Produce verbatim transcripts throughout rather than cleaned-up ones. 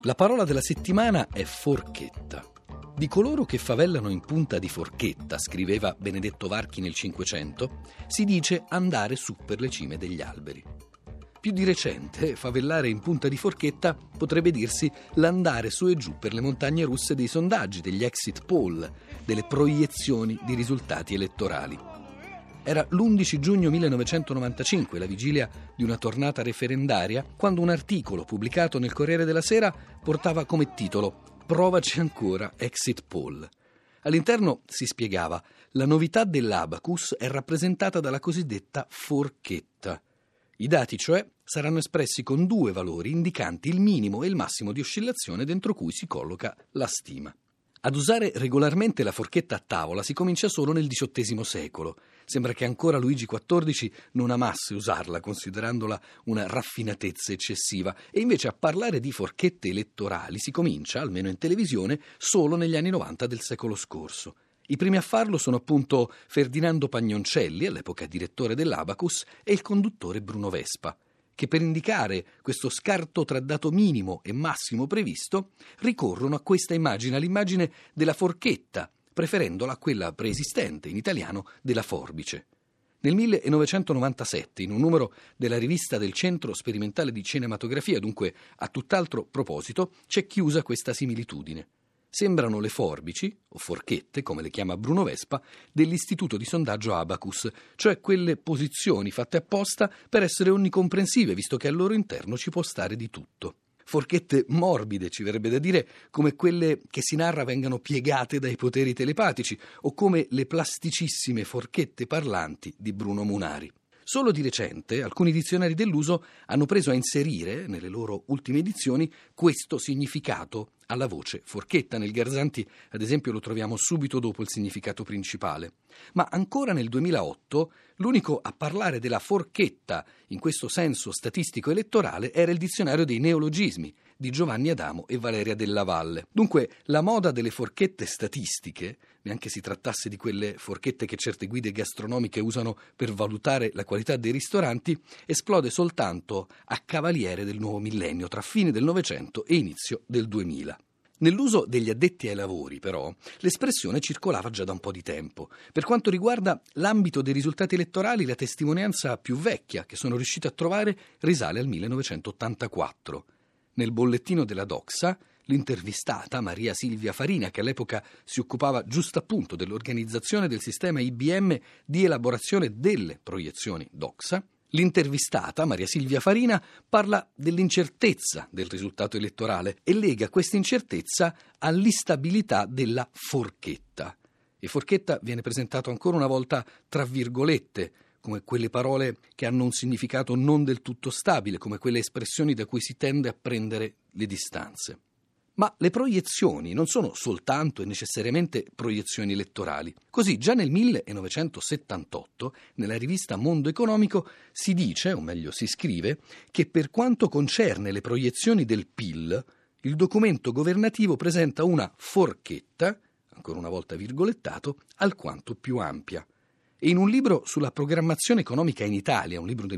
La parola della settimana è forchetta. Di coloro che favellano in punta di forchetta, scriveva Benedetto Varchi nel Cinquecento, si dice andare su per le cime degli alberi. Più di recente, favellare in punta di forchetta potrebbe dirsi l'andare su e giù per le montagne russe dei sondaggi, degli exit poll, delle proiezioni di risultati elettorali. Era l'undici giugno millenovecentonovantacinque, la vigilia di una tornata referendaria, quando un articolo pubblicato nel Corriere della Sera portava come titolo «Provaci ancora, exit poll». All'interno si spiegava: la novità dell'Abacus è rappresentata dalla cosiddetta forchetta. I dati, cioè, saranno espressi con due valori indicanti il minimo e il massimo di oscillazione dentro cui si colloca la stima. Ad usare regolarmente la forchetta a tavola si comincia solo nel diciottesimo secolo. Sembra che ancora Luigi quattordici non amasse usarla, considerandola una raffinatezza eccessiva, e invece a parlare di forchette elettorali si comincia, almeno in televisione, solo negli anni novanta del secolo scorso. I primi a farlo sono appunto Ferdinando Pagnoncelli, all'epoca direttore dell'Abacus, e il conduttore Bruno Vespa, che per indicare questo scarto tra dato minimo e massimo previsto ricorrono a questa immagine, all'immagine della forchetta, preferendola a quella preesistente in italiano della forbice. Nel millenovecentonovantasette, in un numero della rivista del Centro Sperimentale di Cinematografia, dunque a tutt'altro proposito, c'è chiusa questa similitudine. Sembrano le forbici, o forchette, come le chiama Bruno Vespa, dell'istituto di sondaggio Abacus, cioè quelle posizioni fatte apposta per essere onnicomprensive, visto che al loro interno ci può stare di tutto. Forchette morbide, ci verrebbe da dire, come quelle che si narra vengano piegate dai poteri telepatici, o come le plasticissime forchette parlanti di Bruno Munari. Solo di recente alcuni dizionari dell'uso hanno preso a inserire, nelle loro ultime edizioni, questo significato alla voce forchetta. Nel Garzanti, ad esempio, lo troviamo subito dopo il significato principale. Ma ancora nel duemilaotto l'unico a parlare della forchetta in questo senso statistico elettorale era il dizionario dei neologismi di Giovanni Adamo e Valeria Della Valle. Dunque la moda delle forchette statistiche, neanche si trattasse di quelle forchette che certe guide gastronomiche usano per valutare la qualità dei ristoranti, esplode soltanto a cavaliere del nuovo millennio, tra fine del Novecento e inizio del duemila. Nell'uso degli addetti ai lavori, però, l'espressione circolava già da un po' di tempo. Per quanto riguarda l'ambito dei risultati elettorali, la testimonianza più vecchia che sono riuscito a trovare risale al millenovecentottantaquattro. Nel bollettino della Doxa, l'intervistata Maria Silvia Farina, che all'epoca si occupava giusto appunto dell'organizzazione del sistema I B M di elaborazione delle proiezioni Doxa, l'intervistata Maria Silvia Farina parla dell'incertezza del risultato elettorale e lega questa incertezza all'instabilità della forchetta. E forchetta viene presentato ancora una volta tra virgolette, come quelle parole che hanno un significato non del tutto stabile, come quelle espressioni da cui si tende a prendere le distanze. Ma le proiezioni non sono soltanto e necessariamente proiezioni elettorali. Così già nel millenovecentosettantotto, nella rivista Mondo Economico, si dice, o meglio si scrive, che per quanto concerne le proiezioni del P I L, il documento governativo presenta una forchetta, ancora una volta virgolettato, alquanto più ampia. E in un libro sulla programmazione economica in Italia, un libro del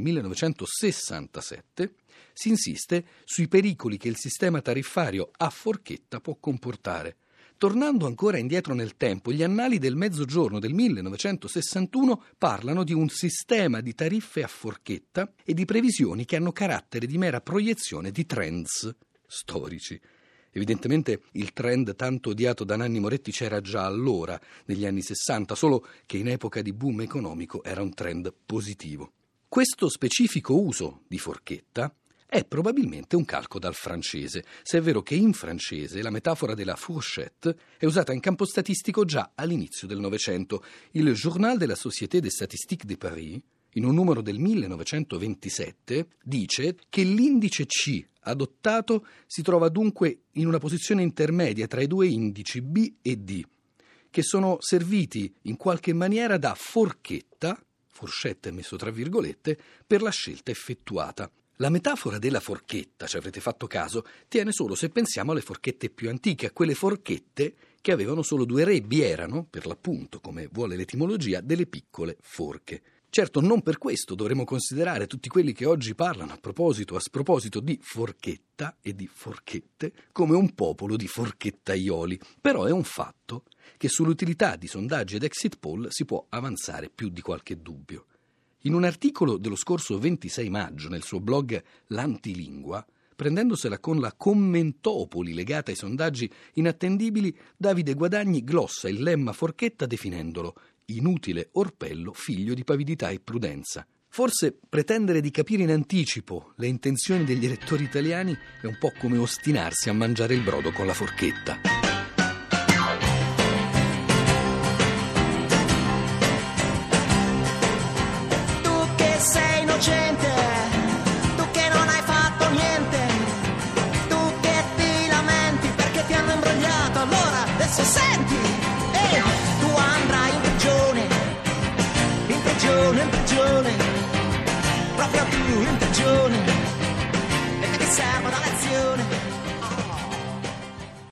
millenovecentosessantasette, si insiste sui pericoli che il sistema tariffario a forchetta può comportare. Tornando ancora indietro nel tempo, gli annali del Mezzogiorno del millenovecentosessantuno parlano di un sistema di tariffe a forchetta e di previsioni che hanno carattere di mera proiezione di trends storici. Evidentemente il trend tanto odiato da Nanni Moretti c'era già allora, negli anni sessanta, solo che in epoca di boom economico era un trend positivo. Questo specifico uso di forchetta è probabilmente un calco dal francese, se è vero che in francese la metafora della fourchette è usata in campo statistico già all'inizio del Novecento. Il Journal de la Société des Statistiques de Paris, in un numero del millenovecentoventisette, dice che l'indice C adottato si trova dunque in una posizione intermedia tra i due indici B e D, che sono serviti in qualche maniera da forchetta, forchette messo tra virgolette, per la scelta effettuata. La metafora della forchetta, ci avrete fatto caso, tiene solo se pensiamo alle forchette più antiche, a quelle forchette che avevano solo due rebbi, erano, per l'appunto, come vuole l'etimologia, delle piccole forche. Certo, non per questo dovremmo considerare tutti quelli che oggi parlano a proposito, a sproposito di forchetta e di forchette come un popolo di forchettaioli. Però è un fatto che sull'utilità di sondaggi ed exit poll si può avanzare più di qualche dubbio. In un articolo dello scorso ventisei maggio nel suo blog L'Antilingua, prendendosela con la commentopoli legata ai sondaggi inattendibili, Davide Guadagni glossa il lemma forchetta definendolo inutile orpello figlio di pavidità e prudenza. Forse pretendere di capire in anticipo le intenzioni degli elettori italiani è un po' come ostinarsi a mangiare il brodo con la forchetta.